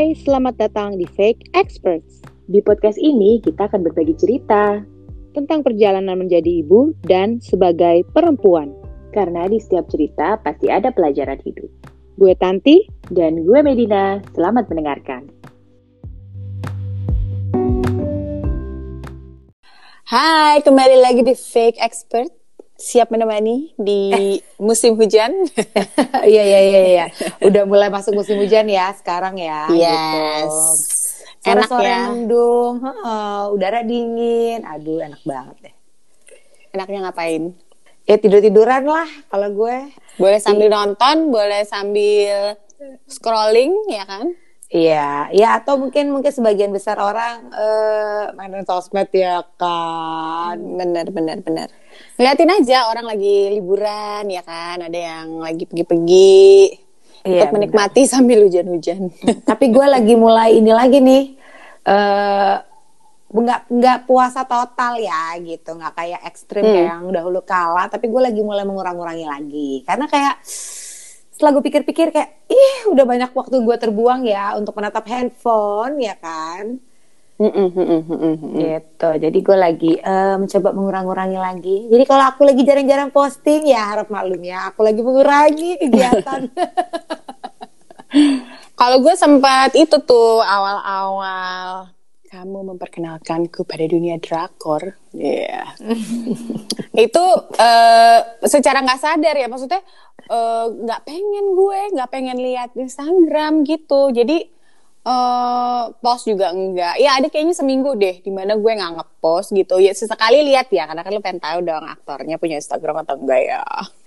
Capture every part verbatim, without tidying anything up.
Hai, selamat datang di Fake Experts. Di podcast ini kita akan berbagi cerita tentang perjalanan menjadi ibu dan sebagai perempuan. Karena di setiap cerita pasti ada pelajaran hidup. Gue Tanti dan gue Medina. Selamat mendengarkan. Hai, kembali lagi di Fake Expert. Siap menemani di musim hujan. Iya, iya, iya, iya. Udah mulai masuk musim hujan ya sekarang ya. Yes. Gitu. Enak Sore-sore ya. mendung, heeh, udara dingin. Aduh, enak banget deh. Enaknya ngapain? Ya tidur-tiduran lah kalau gue. Boleh sambil nonton, boleh sambil scrolling, ya kan? Iya, ya atau mungkin mungkin sebagian besar orang eh main sosmed ya kan. Bener, bener, bener. Ngeliatin aja orang lagi liburan, ya kan? Ada yang lagi pergi-pergi, Iya, ikut menikmati bener. Sambil hujan-hujan. Tapi gue lagi mulai ini lagi nih, eh nggak nggak puasa total ya gitu, nggak kayak ekstrim Hmm. kayak yang dahulu kala. Tapi gue lagi mulai mengurang-ngurangi lagi, karena kayak setelah gue pikir-pikir kayak, ih udah banyak waktu gue terbuang ya untuk menatap handphone, ya kan? Mm-mm, mm-mm, mm-mm, mm-mm. Gitu. Jadi gue lagi uh, mencoba mengurang-ngurangi lagi. Jadi kalau aku lagi jarang-jarang posting, ya harap maklum ya, aku lagi mengurangi kegiatan. Kalau gue sempat itu tuh awal-awal kamu memperkenalkanku pada dunia drakor, ya. Yeah. Itu uh, secara nggak sadar ya, maksudnya nggak uh, pengen gue, nggak pengen lihat Instagram gitu. Jadi uh, post juga enggak. Ya ada kayaknya seminggu deh, dimana gue nggak ngepost gitu. Ya sesekali lihat ya, karena kan lo pengen tahu dong aktornya punya Instagram atau enggak ya.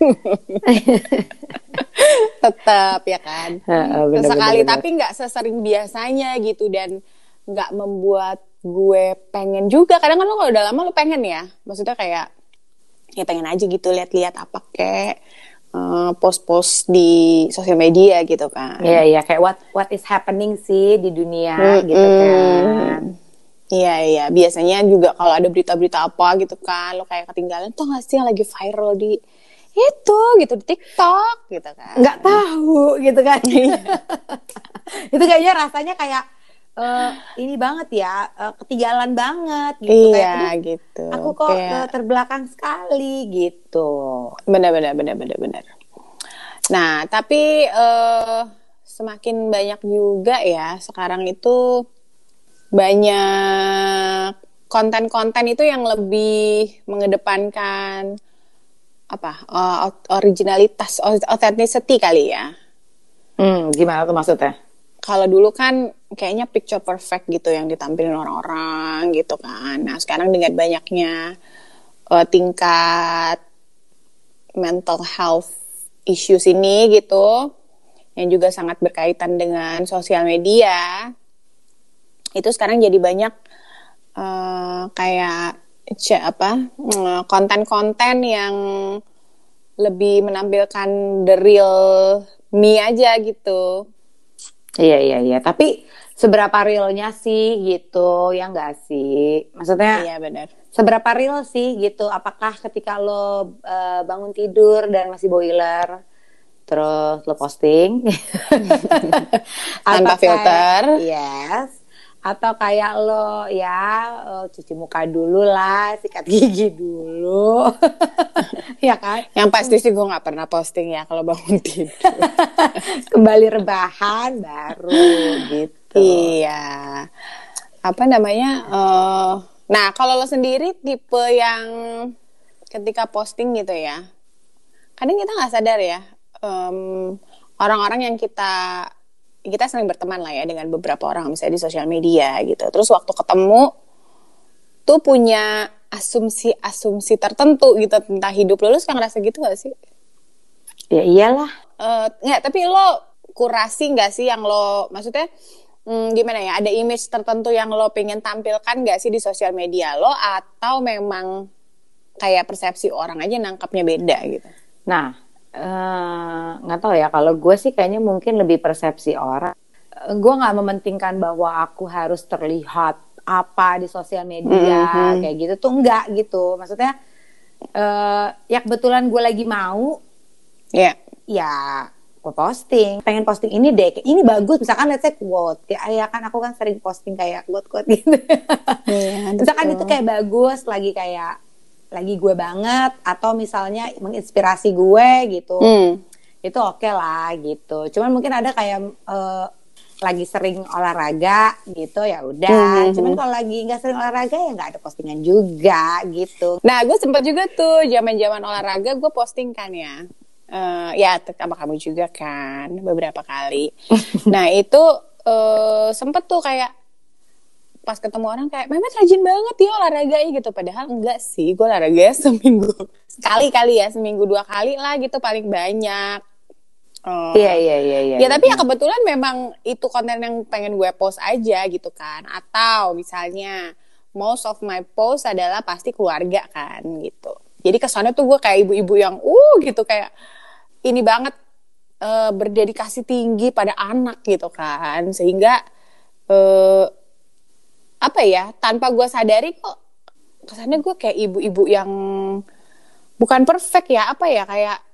Tetap ya kan. Ha, bener, sesekali, bener, bener. tapi nggak sesering biasanya gitu dan nggak membuat gue pengen juga. Kadang kan lo kalau udah lama lo pengen ya, maksudnya kayak ya pengen aja gitu lihat-lihat apa kayak uh, post-post di sosial media gitu kan. Iya iya kayak what what is happening sih di dunia hmm, gitu kan. Iya iya biasanya juga kalau ada berita-berita apa gitu kan lo kayak ketinggalan tuh nggak sih yang lagi viral di itu gitu di TikTok gitu kan. Nggak tahu gitu kan. Itu kayaknya rasanya kayak Uh, ini banget ya, uh, ketinggalan banget gitu. Iya kayak, gitu. Aku kok kayak... terbelakang sekali gitu. Benar-benar, benar-benar, benar. Nah, tapi uh, semakin banyak juga ya sekarang itu banyak konten-konten itu yang lebih mengedepankan apa uh, originalitas, authenticity kali ya. Hmm, gimana tuh maksudnya? Kalau dulu kan kayaknya picture perfect gitu yang ditampilin orang-orang gitu kan. Nah sekarang dengan banyaknya uh, tingkat mental health issues ini gitu, yang juga sangat berkaitan dengan sosial media, itu sekarang jadi banyak uh, kayak c- apa konten-konten yang lebih menampilkan the real me aja gitu. Iya iya iya, tapi seberapa realnya sih gitu ya nggak sih? Maksudnya iya benar. Seberapa real sih gitu? Apakah ketika lo uh, bangun tidur dan masih boiler, terus lo posting tanpa filter? Yes. Atau kayak lo ya uh, cuci muka dulu lah, sikat gigi dulu, ya kan? Yang pasti sih gue nggak pernah posting ya kalau bangun tidur. Kembali rebahan baru gitu. Iya. Apa namanya? Uh, nah kalau lo sendiri tipe yang ketika posting gitu ya, kadang kita nggak sadar ya um, orang-orang yang kita kita sering berteman lah ya dengan beberapa orang misalnya di sosial media gitu. Terus waktu ketemu tuh punya asumsi-asumsi tertentu gitu tentang hidup lo. Lo suka ngerasa gitu gak sih? Ya iyalah. Uh, nggak, tapi lo kurasi nggak sih yang lo maksudnya hmm, gimana ya? Ada image tertentu yang lo pengen tampilkan nggak sih di sosial media lo, atau memang kayak persepsi orang aja nangkapnya beda gitu? Nah. nggak uh, tahu ya, kalau gue sih kayaknya mungkin lebih persepsi orang. Uh, gue nggak mementingkan bahwa aku harus terlihat apa di sosial media mm-hmm. kayak gitu tuh enggak gitu. Maksudnya uh, ya kebetulan gue lagi mau, yeah. ya gue posting, pengen posting ini deh, ini bagus, misalkan let's say quote, kayak ya kan aku kan sering posting kayak quote-quote gitu. Iya, Misalkan betul. itu kayak bagus, lagi kayak lagi gue banget, atau misalnya menginspirasi gue gitu, Hmm. itu oke okay lah gitu. Cuman mungkin ada kayak uh, lagi sering olahraga gitu ya udah. Mm-hmm. Cuman kalau lagi nggak sering olahraga ya nggak ada postingan juga gitu. Nah, gue sempat juga tuh zaman-zaman olahraga gue posting kan ya. Uh, ya sama kamu juga kan beberapa kali. Nah itu uh, sempet tuh kayak pas ketemu orang kayak Mehmet rajin banget ya olahraga gitu. Padahal enggak sih, gue olahraga seminggu sekali kali ya, seminggu dua kali lah gitu paling banyak. Uh, iya iya iya iya. Ya tapi iya. ya kebetulan memang itu konten yang pengen gue post aja gitu kan. Atau misalnya most of my post adalah pasti keluarga kan gitu. Jadi kesannya tuh gue kayak ibu-ibu yang uh gitu kayak ini banget uh, berdedikasi tinggi pada anak gitu kan, sehingga uh, apa ya tanpa gue sadari kok kesannya gue kayak ibu-ibu yang bukan perfect ya, apa ya kayak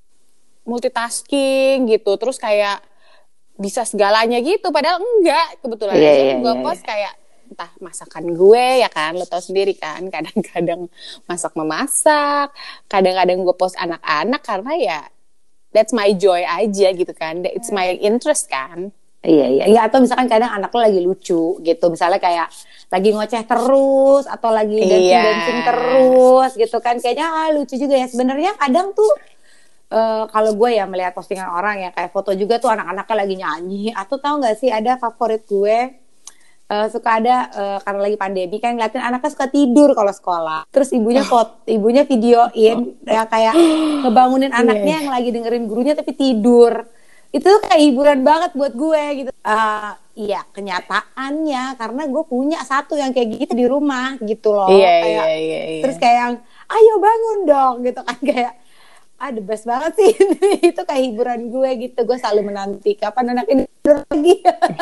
multitasking gitu, terus kayak bisa segalanya gitu, padahal enggak, kebetulan yeah, aja yeah, gue yeah, post yeah. kayak entah masakan gue ya kan, lo tau sendiri kan, kadang-kadang masak memasak, kadang-kadang gue post anak-anak karena ya that's my joy aja gitu kan. It's my interest kan. Iya, iya. Ya, atau misalkan kadang anak lo lagi lucu gitu. Misalnya kayak lagi ngoceh terus. Atau lagi dancing-dancing Iya. terus gitu kan. Kayaknya ah, lucu juga ya. Sebenarnya kadang tuh uh, kalau gue ya melihat postingan orang ya. Kayak foto juga tuh anak-anaknya lagi nyanyi. Atau tahu gak sih ada favorit gue. Uh, suka ada uh, karena lagi pandemi kan ngeliatin anaknya suka tidur kalau sekolah. Terus ibunya foto, ibunya videoin ya kayak ngebangunin anaknya yeah, yang lagi dengerin gurunya tapi tidur. Itu kayak hiburan banget buat gue gitu. Uh, iya kenyataannya karena gue punya satu yang kayak gitu di rumah gitu loh. Iya, kayak iya, iya, iya. terus kayak yang ayo bangun dong gitu kan kayak ah the best banget sih. Itu kayak hiburan gue gitu. Gue selalu menanti kapan anak ini tidur lagi.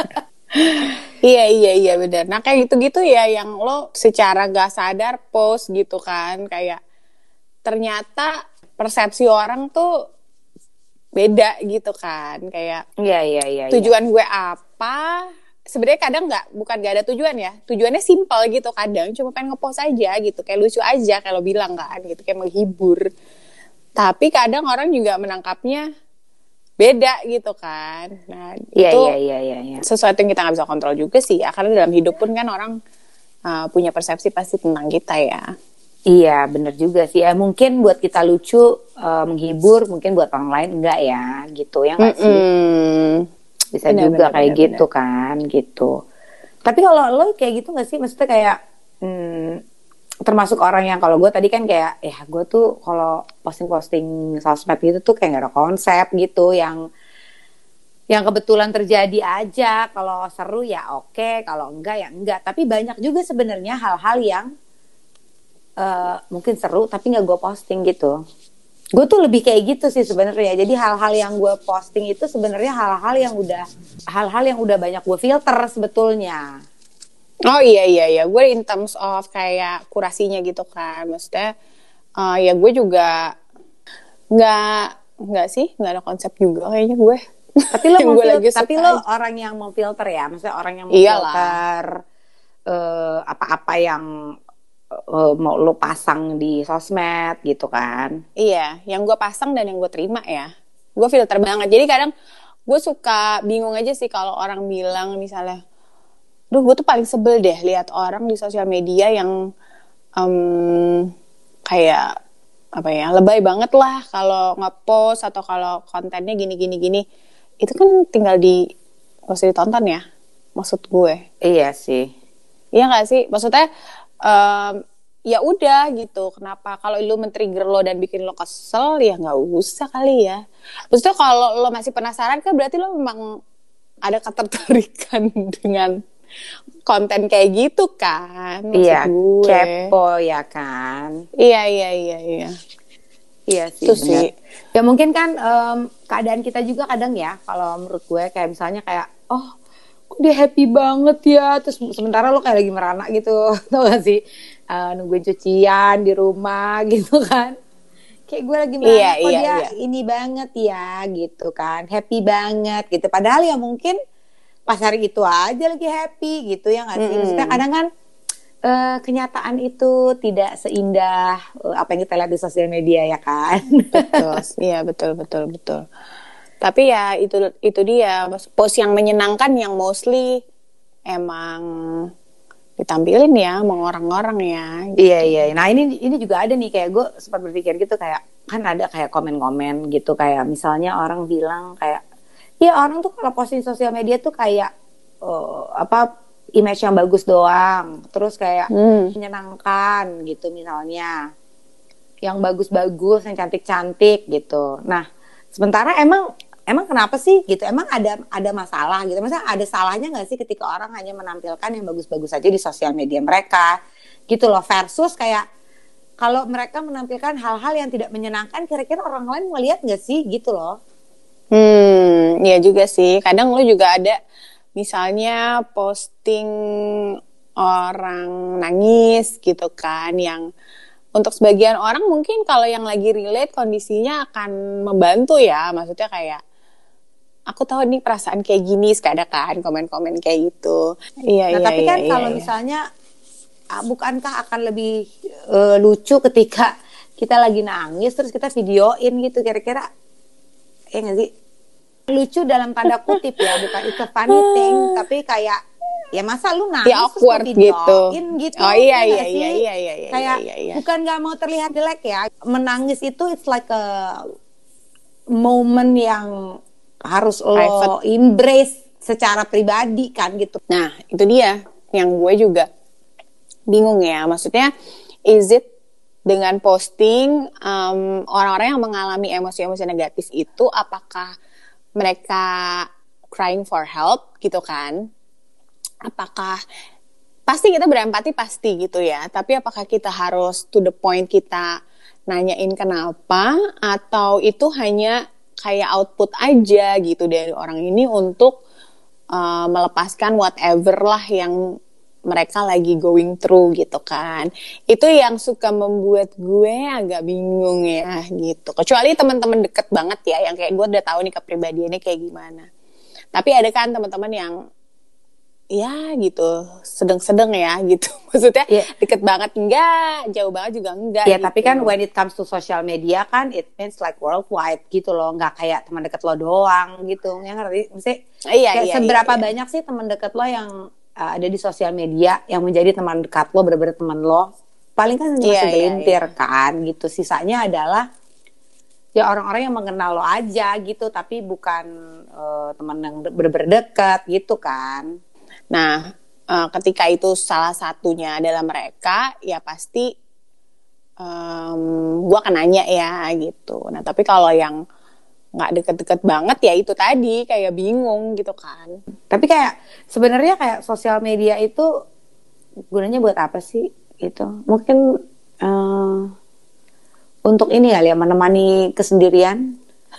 Iya iya iya benar. Nah kayak gitu-gitu ya yang lo secara gak sadar post gitu kan, kayak ternyata persepsi orang tuh beda gitu kan, kayak iya iya iya. tujuan gue apa? Sebenarnya kadang nggak, bukan gak ada tujuan ya. Tujuannya simpel gitu kadang, cuma pengen ngepost aja gitu, kayak lucu aja kalau bilang kan gitu, kayak menghibur. Tapi kadang orang juga menangkapnya beda gitu kan. Nah ya, itu ya, ya, ya, ya. sesuatu yang kita nggak bisa kontrol juga sih ya, karena dalam hidup pun kan orang uh, punya persepsi pasti tentang kita ya. Iya benar juga sih ya, mungkin buat kita lucu uh, menghibur, mungkin buat orang lain enggak ya gitu ya nggak sih. Bisa benar, juga benar, kayak benar, gitu benar. Kan gitu. Tapi kalau lo kayak gitu nggak sih, maksudnya kayak hmm, termasuk orang yang kalau gue tadi kan kayak ya gue tuh kalau posting-posting sosmed gitu tuh kayak gak ada konsep gitu, yang yang kebetulan terjadi aja. Kalau seru ya oke, kalau enggak ya enggak. Tapi banyak juga sebenarnya hal-hal yang uh, mungkin seru tapi nggak gue posting gitu. Gue tuh lebih kayak gitu sih sebenarnya. Jadi hal-hal yang gue posting itu sebenarnya hal-hal yang udah hal-hal yang udah banyak gue filter sebetulnya. Oh iya iya iya, gue in terms of kayak kurasinya gitu kan, maksudnya uh, ya gue juga nggak nggak sih nggak ada konsep juga kayaknya gue. Tapi lo mau fil- tapi lo aja. Orang yang mau filter ya, maksudnya orang yang mau Iyalah. filter uh, apa-apa yang uh, mau lo pasang di sosmed gitu kan? Iya, yang gue pasang dan yang gue terima ya, gue filter banget. Jadi kadang gue suka bingung aja sih kalau orang bilang misalnya, duh gue tuh paling sebel deh lihat orang di sosial media yang um, kayak apa ya lebay banget lah kalau nge-post atau kalau kontennya gini gini gini. Itu kan tinggal di gak usah ditonton ya, maksud gue. Iya sih. Iya nggak sih, maksudnya um, ya udah gitu. Kenapa kalau lu men-trigger lo dan bikin lo kesel ya nggak usah kali ya. Maksudnya kalau lo masih penasaran kan berarti lo memang ada ketertarikan dengan konten kayak gitu kan, maksud iya, gue. Kepo ya kan. Iya iya iya iya. Iya sih, sih. Ya mungkin kan um, keadaan kita juga kadang ya, kalau menurut gue kayak misalnya kayak oh kok dia happy banget ya, terus sementara lo kayak lagi merana gitu, tau gak sih, uh, nungguin cucian di rumah gitu kan. kayak gue lagi mana iya, kok iya, dia iya. ini banget ya gitu kan, happy banget gitu. Padahal ya mungkin pas hari itu aja lagi happy gitu ya nggak sih? Mm-mm. Maksudnya kadang kan uh, kenyataan itu tidak seindah uh, apa yang kita lihat di sosial media ya kan? Betul, iya betul betul betul. Tapi ya itu itu dia post yang menyenangkan yang mostly emang ditampilin ya sama orang-orang ya. Gitu. Iya iya. Nah ini ini juga ada nih kayak gue sempat berpikir gitu kayak kan ada kayak komen-komen gitu kayak misalnya orang bilang kayak ya orang tuh kalau posting sosial media tuh kayak uh, apa image yang bagus doang, terus kayak hmm. menyenangkan gitu misalnya, yang bagus-bagus, yang cantik-cantik gitu. Nah sementara emang emang kenapa sih gitu? Emang ada ada masalah gitu? Maksudnya ada salahnya nggak sih ketika orang hanya menampilkan yang bagus-bagus aja di sosial media mereka gitu loh, versus kayak kalau mereka menampilkan hal-hal yang tidak menyenangkan, kira-kira orang lain melihat nggak sih gitu loh? Hmm, ya juga sih. Kadang lo juga ada misalnya posting orang nangis gitu kan, yang untuk sebagian orang mungkin kalau yang lagi relate kondisinya akan membantu ya. Maksudnya kayak aku tahu nih perasaan kayak gini, sekadar kan komen-komen kayak gitu. Iya, nah, iya, tapi iya, kan iya, kalau iya. misalnya bukankah akan lebih uh, lucu ketika kita lagi nangis terus kita videoin gitu, kira-kira ya nggak sih? Lucu dalam tanda kutip ya, bukan itu funny thing, tapi kayak ya masa lu nangis ya, terus lu videoin gitu. gitu? Oh iya iya, iya, iya iya iya iya. Kayak iya, iya. bukan nggak mau terlihat jelek ya, menangis itu it's like a moment yang harus lo embrace secara pribadi kan gitu. Nah itu dia yang gue juga bingung ya, maksudnya is it dengan posting um, orang-orang yang mengalami emosi-emosi negatif itu, apakah mereka crying for help gitu kan? Apakah pasti kita berempati pasti gitu ya, tapi apakah kita harus to the point kita nanyain kenapa, atau itu hanya kayak output aja gitu dari orang ini untuk uh, melepaskan whatever lah yang mereka lagi going through gitu kan. Itu yang suka membuat gue agak bingung ya gitu. Kecuali teman-teman deket banget ya, yang kayak gue udah tahu nih kepribadiannya kayak gimana. Tapi ada kan teman-teman yang ya gitu, sedang-sedang ya gitu. Maksudnya yeah. deket banget enggak, jauh banget juga enggak. Ya yeah, gitu. Tapi kan when it comes to social media kan it means like worldwide gitu loh, nggak kayak teman deket lo doang gitu. Yang ngerti? Mesti iya, kayak iya, seberapa iya, banyak iya. sih teman deket lo yang uh, ada di sosial media yang menjadi teman dekat lo, bener-bener teman lo. Paling kan masih yeah, segelintir yeah, yeah. kan gitu. Sisanya adalah ya orang-orang yang mengenal lo aja gitu, tapi bukan uh, teman yang bener-bener dekat gitu kan. Nah, uh, ketika itu salah satunya adalah mereka, ya pasti um, gue akan nanya ya gitu. Nah, tapi kalau yang nggak deket-deket banget ya itu tadi kayak bingung gitu kan. Tapi kayak sebenarnya kayak sosial media itu gunanya buat apa sih gitu? Mungkin uh, untuk ini kali ya, menemani kesendirian.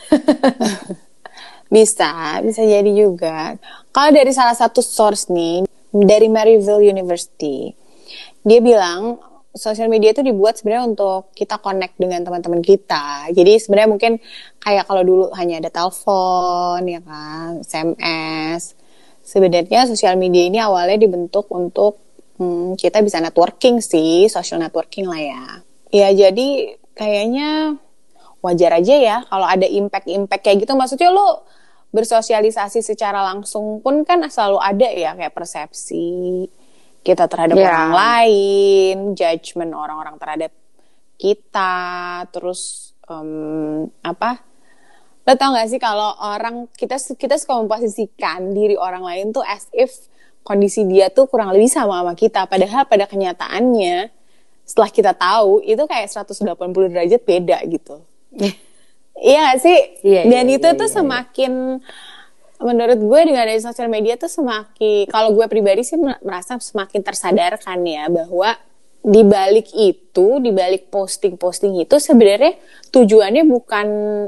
Bisa, bisa jadi juga. Kalau dari salah satu source nih, dari Maryville University, dia bilang sosial media itu dibuat sebenarnya untuk kita connect dengan teman-teman kita. Jadi sebenarnya mungkin kayak kalau dulu hanya ada telepon, ya kan, S M S. Sebenarnya sosial media ini awalnya dibentuk untuk hmm, kita bisa networking sih, social networking lah ya. Ya jadi kayaknya wajar aja ya kalau ada impact-impact kayak gitu. Maksudnya lo bersosialisasi secara langsung pun kan selalu ada ya kayak persepsi kita terhadap yeah. orang lain, judgement orang-orang terhadap kita, terus um, apa? Lo tau gak sih kalau orang kita kita suka memposisikan diri orang lain tuh as if kondisi dia tuh kurang lebih sama sama kita, padahal pada kenyataannya setelah kita tahu itu kayak seratus delapan puluh derajat beda gitu. Iya gak sih? Iya, Dan iya, itu iya, tuh iya, semakin iya. menurut gue dengan dari sosial media tuh semakin, kalau gue pribadi sih merasa semakin tersadarkan ya bahwa di balik itu, di balik posting-posting itu sebenarnya tujuannya bukan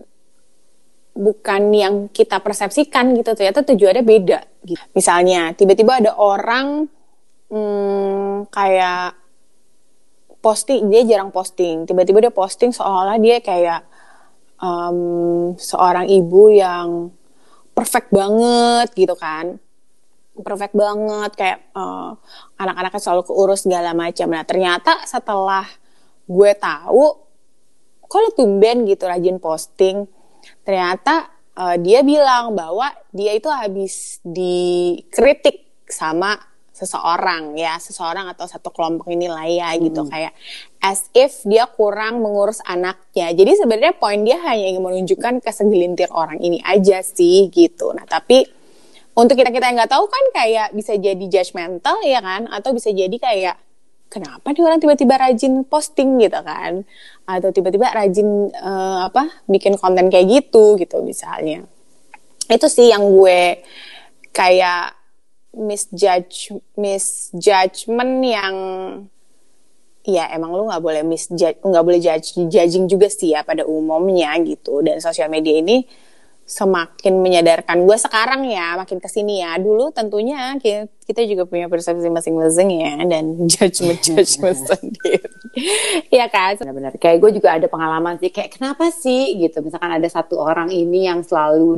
bukan yang kita persepsikan gitu, ternyata tujuannya beda gitu. Misalnya tiba-tiba ada orang hmm, kayak posting, dia jarang posting. Tiba-tiba dia posting seolah dia kayak um, seorang ibu yang perfect banget gitu kan. Perfect banget, kayak uh, anak-anaknya selalu keurus segala macam. Nah ternyata setelah gue tahu, kok lo tumben gitu rajin posting, ternyata uh, dia bilang bahwa dia itu habis dikritik sama seseorang ya, seseorang atau satu kelompok ini lah ya hmm. gitu, kayak as if dia kurang mengurus anaknya. Jadi sebenarnya poin dia hanya ingin menunjukkan ke segelintir orang ini aja sih gitu. Nah tapi untuk kita-kita yang nggak tahu kan kayak bisa jadi judgmental ya kan, atau bisa jadi kayak kenapa nih orang tiba-tiba rajin posting gitu kan, atau tiba-tiba rajin uh, apa bikin konten kayak gitu gitu misalnya. Itu sih yang gue kayak misjudge misjudgment yang ya emang lu nggak boleh misjudge, nggak boleh judge judging juga sih ya pada umumnya gitu. Dan sosial media ini semakin menyadarkan gue sekarang ya, makin kesini ya. Dulu tentunya kita juga punya persepsi masing-masing ya, dan judgement-judgement sendiri. Iya kan? Benar-benar. Kayak gue juga ada pengalaman sih, kayak kenapa sih gitu, misalkan ada satu orang ini yang selalu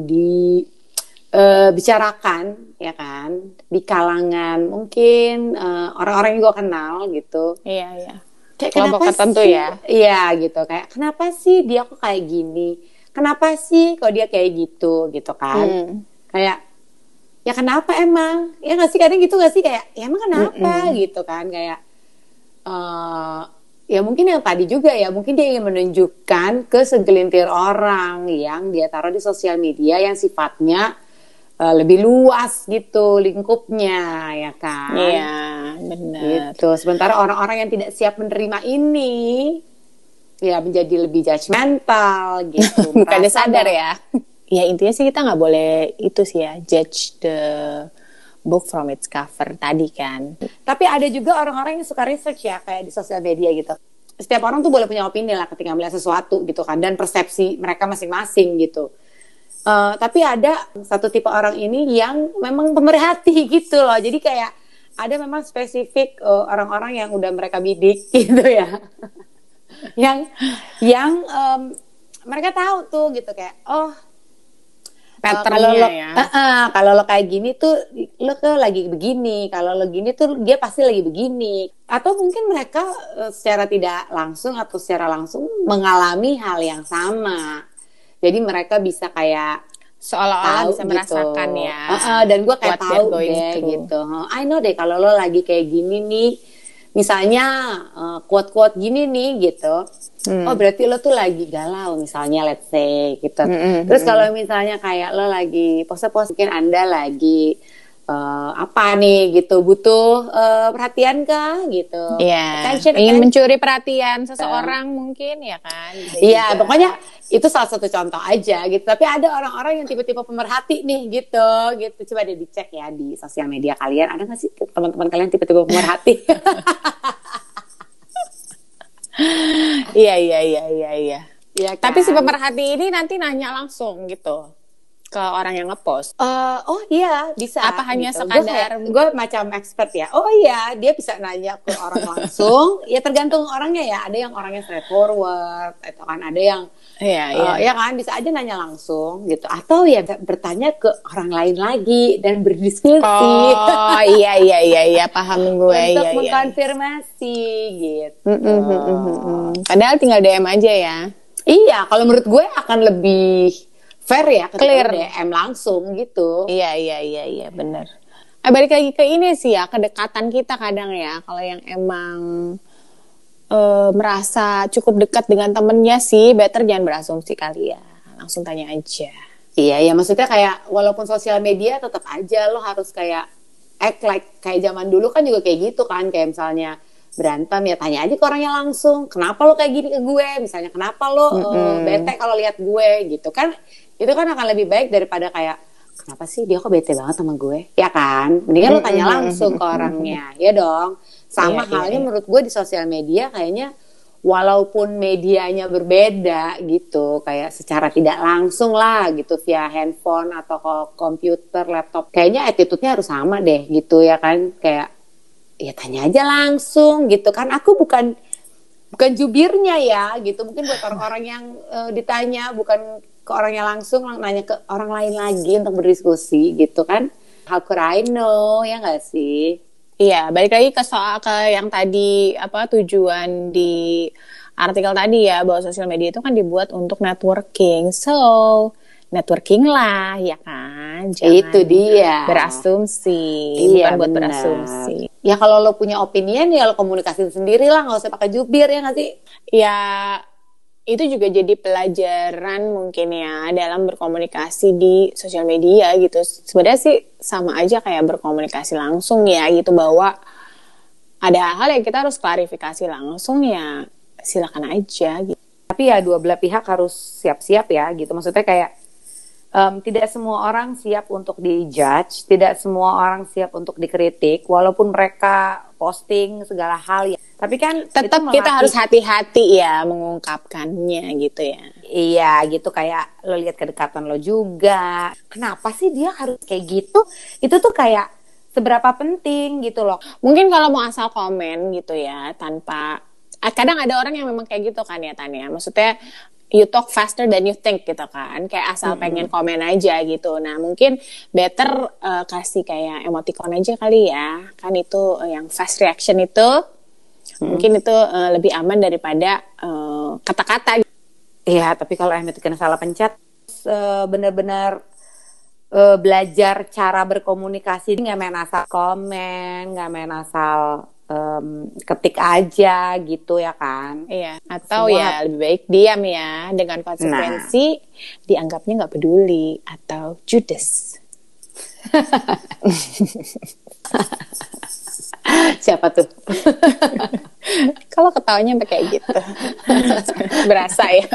dibicarakan, uh, ya kan, di kalangan mungkin uh, orang-orang yang gue kenal gitu. Iya, iya. Kayak kelompok tertentu ya? Iya gitu, kayak kenapa sih dia kok kayak gini? Kenapa sih kok dia kayak gitu gitu kan? Hmm. Kayak ya kenapa emang? Ya nggak sih, kadang gitu nggak sih, kayak ya emang kenapa Mm-mm. gitu kan? Kayak uh, ya mungkin yang tadi juga ya, mungkin dia ingin menunjukkan ke segelintir orang yang dia taruh di sosial media yang sifatnya uh, lebih luas gitu lingkupnya, ya kan? Iya, benar. Gitu. Sementara orang-orang yang tidak siap menerima ini ya menjadi lebih judgmental gitu. Bukannya sadar ya. Ya intinya sih kita nggak boleh itu sih ya, judge the book from its cover tadi kan. Tapi ada juga orang-orang yang suka research ya, kayak di sosial media gitu. Setiap orang tuh boleh punya opini lah ketika melihat sesuatu gitu kan, dan persepsi mereka masing-masing gitu. Uh, tapi ada satu tipe orang ini yang memang pemerhati gitu loh. Jadi kayak ada memang spesifik uh, orang-orang yang udah mereka bidik gitu ya. yang yang um, mereka tahu tuh gitu, kayak oh patternnya uh, ya. Uh, uh, kalau lo kayak gini tuh lo tuh lagi begini, kalau lo gini tuh dia pasti lagi begini. Atau mungkin mereka uh, secara tidak langsung atau secara langsung mengalami hal yang sama. Jadi mereka bisa kayak seolah-olah tahu bisa gitu. Merasakan ya. Uh, uh, dan gue kayak tahu deh through. gitu. I know deh kalau lo lagi kayak gini nih. Misalnya uh, quote-quote gini nih gitu, hmm. oh berarti lo tuh lagi galau misalnya, let's say gitu. Mm-hmm. Terus kalau misalnya kayak lo lagi pose-pose, mungkin anda lagi uh, apa nih gitu, butuh uh, perhatian kah gitu? Iya. Yeah. Ingin mencuri perhatian seseorang uh. mungkin ya kan? Iya, pokoknya itu salah satu contoh aja gitu. Tapi ada orang-orang yang tipe-tipe pemerhati nih gitu, gitu. Coba deh dicek ya di sosial media kalian, ada nggak sih teman-teman kalian tipe-tipe pemerhati? Iya iya iya iya iya. Ya, kan? Tapi si pemerhati ini nanti nanya langsung gitu ke orang yang ngepost. Uh, oh iya bisa. Apa hanya gitu. sekadar? Gue macam expert ya. Oh iya dia bisa nanya ke orang langsung. Ya tergantung orangnya ya. Ada yang orangnya straightforward, atau kan ada yang iya iya. Uh, ya kan bisa aja nanya langsung gitu. Atau ya bertanya ke orang lain lagi dan berdiskusi. Oh iya iya iya iya paham gue. Untuk iya, mengkonfirmasi iya. gitu. Mm, mm, mm, mm, mm. Padahal tinggal D M aja ya. Iya kalau menurut gue akan lebih fair ya, clear D M langsung gitu. Iya iya iya iya benar. Eh, balik lagi ke ini sih ya, kedekatan kita kadang ya. Kalau yang emang e, merasa cukup dekat dengan temennya sih, better jangan berasumsi kali ya. Langsung tanya aja. Iya ya, maksudnya kayak walaupun sosial media tetap aja lo harus kayak act like kayak zaman dulu kan juga kayak gitu kan, kayak misalnya berantem ya tanya aja ke orangnya langsung. Kenapa lo kayak gini ke gue? Misalnya kenapa lo mm-hmm. uh, bete kalau lihat gue gitu kan? Itu kan akan lebih baik daripada kayak kenapa sih dia kok bete banget sama gue? Ya kan? Mendingan lo tanya langsung ke orangnya, ya dong. Sama iya, halnya iya. menurut gue di sosial media kayaknya walaupun medianya berbeda gitu, kayak secara tidak langsung lah gitu via handphone atau komputer, laptop, kayaknya attitude-nya harus sama deh gitu ya kan? Kayak ya tanya aja langsung gitu kan. Aku bukan bukan jubirnya ya gitu. Mungkin buat orang-orang yang uh, ditanya, bukan ke orangnya langsung, nanya ke orang lain lagi untuk berdiskusi gitu kan. How could I know, ya nggak sih? Iya, balik lagi ke soal ke yang tadi apa tujuan di artikel tadi ya, bahwa sosial media itu kan dibuat untuk networking. So networking lah, ya kan? Jangan itu dia. Berasumsi, iya, bukan buat bener. berasumsi. Ya kalau lo punya opinion ya lo komunikasiin sendiri lah, nggak usah pakai jubir ya nggak sih? Ya itu juga jadi pelajaran mungkin ya dalam berkomunikasi di sosial media gitu. Sebenarnya sih sama aja kayak berkomunikasi langsung ya gitu, bahwa ada hal-hal yang kita harus klarifikasi langsung ya silakan aja gitu. Tapi ya dua belah pihak harus siap-siap ya gitu. Maksudnya kayak um, tidak semua orang siap untuk dijudge, tidak semua orang siap untuk dikritik, walaupun mereka posting segala hal ya. Tapi kan tetap kita harus hati-hati ya mengungkapkannya gitu ya. Iya gitu, kayak lo lihat kedekatan lo juga. Kenapa sih dia harus kayak gitu? Itu tuh kayak seberapa penting gitu loh. Mungkin kalau mau asal komen gitu ya, tanpa, kadang ada orang yang memang kayak gitu kan ya Tania. Maksudnya you talk faster than you think gitu kan, kayak asal mm-hmm. pengen komen aja gitu. Nah mungkin better uh, kasih kayak emoticon aja kali ya, kan itu uh, yang fast reaction itu mm-hmm. mungkin itu uh, lebih aman daripada uh, kata-kata. Iya, tapi kalau emoticon salah pencet, uh, benar-benar uh, belajar cara berkomunikasi, nggak main asal komen, nggak main asal Um, ketik aja gitu ya kan. Iya, atau semua ya lebih baik diam ya, dengan konsekuensi nah. dianggapnya nggak peduli atau judes. Siapa tuh? Kalau ketawanya kayak gitu. Berasa ya.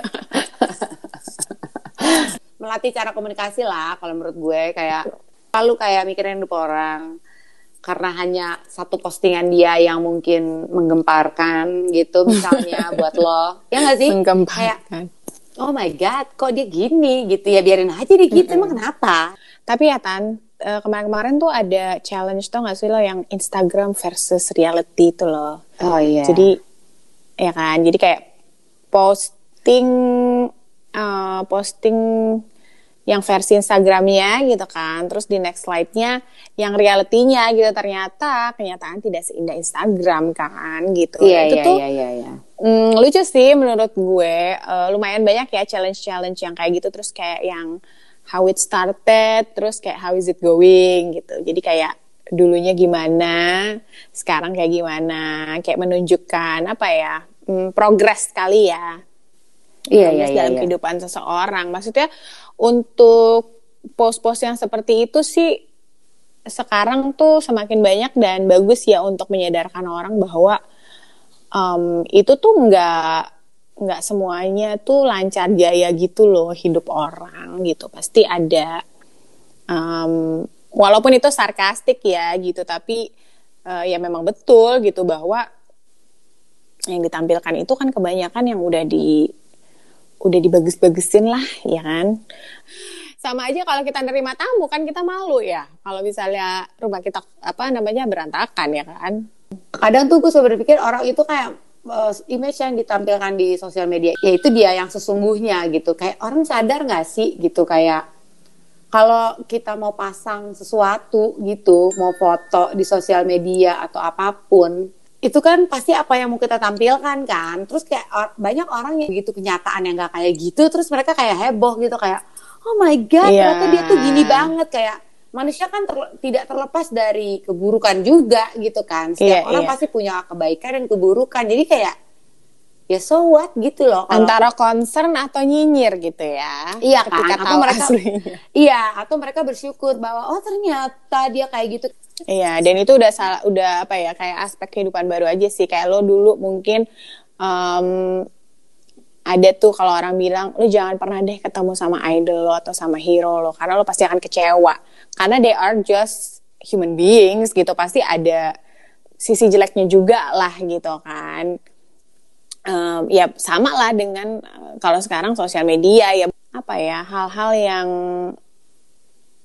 Melatih cara komunikasi lah kalau menurut gue, kayak lalu kayak mikirin hidup orang karena hanya satu postingan dia yang mungkin menggemparkan gitu misalnya buat lo, ya nggak sih? Menggemparkan. Kayak, oh my god, kok dia gini gitu ya, biarin aja dia gitu, mm-hmm. emang kenapa? Tapi ya Tan, kemarin-kemarin tuh ada challenge tuh nggak sih lo yang Instagram versus reality itu lo. Oh iya. Jadi ya kan, jadi kayak posting uh, posting yang versi Instagramnya gitu kan, terus di next slide-nya yang reality-nya gitu, ternyata kenyataan tidak seindah Instagram kan gitu. Iya, itu iya, tuh iya, iya, iya. Mm, lucu sih menurut gue, uh, lumayan banyak ya challenge-challenge yang kayak gitu, terus kayak yang how it started, terus kayak how is it going gitu. Jadi kayak dulunya gimana, sekarang kayak gimana, kayak menunjukkan apa ya, mm, progress kali ya. Iya, iya, iya, dalam iya. kehidupan seseorang. Maksudnya untuk post-post yang seperti itu sih sekarang tuh semakin banyak dan bagus ya untuk menyadarkan orang bahwa um, itu tuh nggak nggak semuanya tuh lancar jaya gitu loh hidup orang gitu. Pasti ada um, walaupun itu sarkastik ya gitu, tapi uh, ya memang betul gitu bahwa yang ditampilkan itu kan kebanyakan yang udah di udah dibagus-bagusin lah, ya kan? Sama aja kalau kita nerima tamu kan kita malu ya. Kalau misalnya rumah kita apa namanya berantakan ya kan. Kadang tuh gue suka berpikir orang itu kayak uh, image yang ditampilkan di sosial media, yaitu dia yang sesungguhnya gitu. Kayak orang sadar nggak sih gitu, kayak kalau kita mau pasang sesuatu gitu, mau foto di sosial media atau apapun, itu kan pasti apa yang mau kita tampilkan kan. Terus kayak or- banyak orang yang gitu kenyataan yang gak kayak gitu, terus mereka kayak heboh gitu, kayak oh my god, yeah. ternyata dia tuh gini banget. Kayak manusia kan ter- tidak terlepas dari keburukan juga gitu kan. Setiap yeah, orang yeah. pasti punya kebaikan dan keburukan. Jadi kayak ya so what gitu loh. Kalo, antara concern atau nyinyir gitu ya. Iya kan. Atau mereka aslinya. Iya, atau mereka bersyukur bahwa oh ternyata dia kayak gitu. Iya, dan itu udah salah, udah apa ya, kayak aspek kehidupan baru aja sih. Kayak lo dulu mungkin um, ada tuh kalau orang bilang lo jangan pernah deh ketemu sama idol lo atau sama hero lo, karena lo pasti akan kecewa. Karena they are just human beings gitu, pasti ada sisi jeleknya juga lah gitu kan. Um, ya sama lah dengan uh, kalau sekarang sosial media ya apa ya, hal-hal yang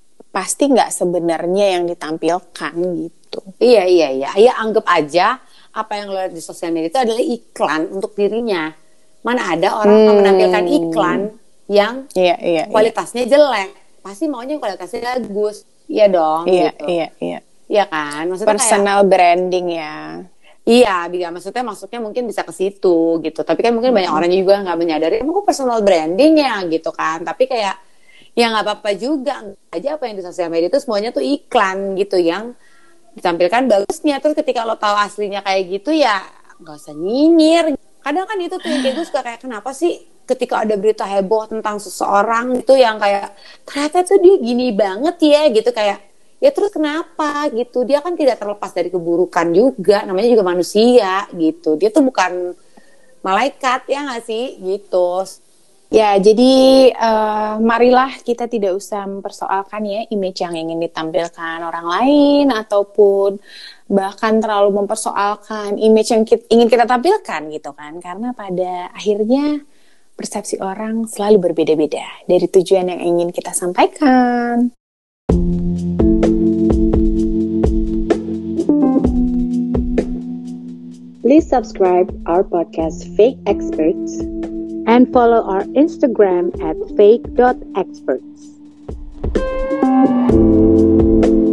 pasti nggak sebenarnya yang ditampilkan gitu. Iya iya iya. Ya anggap aja apa yang lo lihat di sosial media itu adalah iklan untuk dirinya. Mana ada orang hmm. yang menampilkan iklan yang iya, iya, kualitasnya iya. jelek, pasti maunya kualitasnya bagus. Iya dong. Iya, gitu. iya, iya. Iya kan? Maksudnya personal kayak, branding ya. Iya, biga maksudnya masuknya mungkin bisa ke situ gitu. Tapi kan mungkin hmm. banyak orang juga nggak menyadari emang kok personal branding ya gitu kan. Tapi kayak ya nggak apa-apa juga aja apa yang di sosial media itu semuanya tuh iklan gitu yang ditampilkan bagusnya. Terus ketika lo tahu aslinya kayak gitu ya nggak usah nyinyir. Kadang kan itu tuh yang kayak gue suka kayak kenapa sih ketika ada berita heboh tentang seseorang itu yang kayak ternyata tuh dia gini banget ya gitu kayak ya terus kenapa gitu, dia kan tidak terlepas dari keburukan juga, namanya juga manusia gitu, dia tuh bukan malaikat ya nggak sih gitu. Ya jadi uh, marilah kita tidak usah mempersoalkan ya image yang ingin ditampilkan orang lain ataupun bahkan terlalu mempersoalkan image yang kita, ingin kita tampilkan gitu kan, karena pada akhirnya persepsi orang selalu berbeda-beda dari tujuan yang ingin kita sampaikan. Please subscribe our podcast Fake Experts and follow our Instagram at fake dot experts.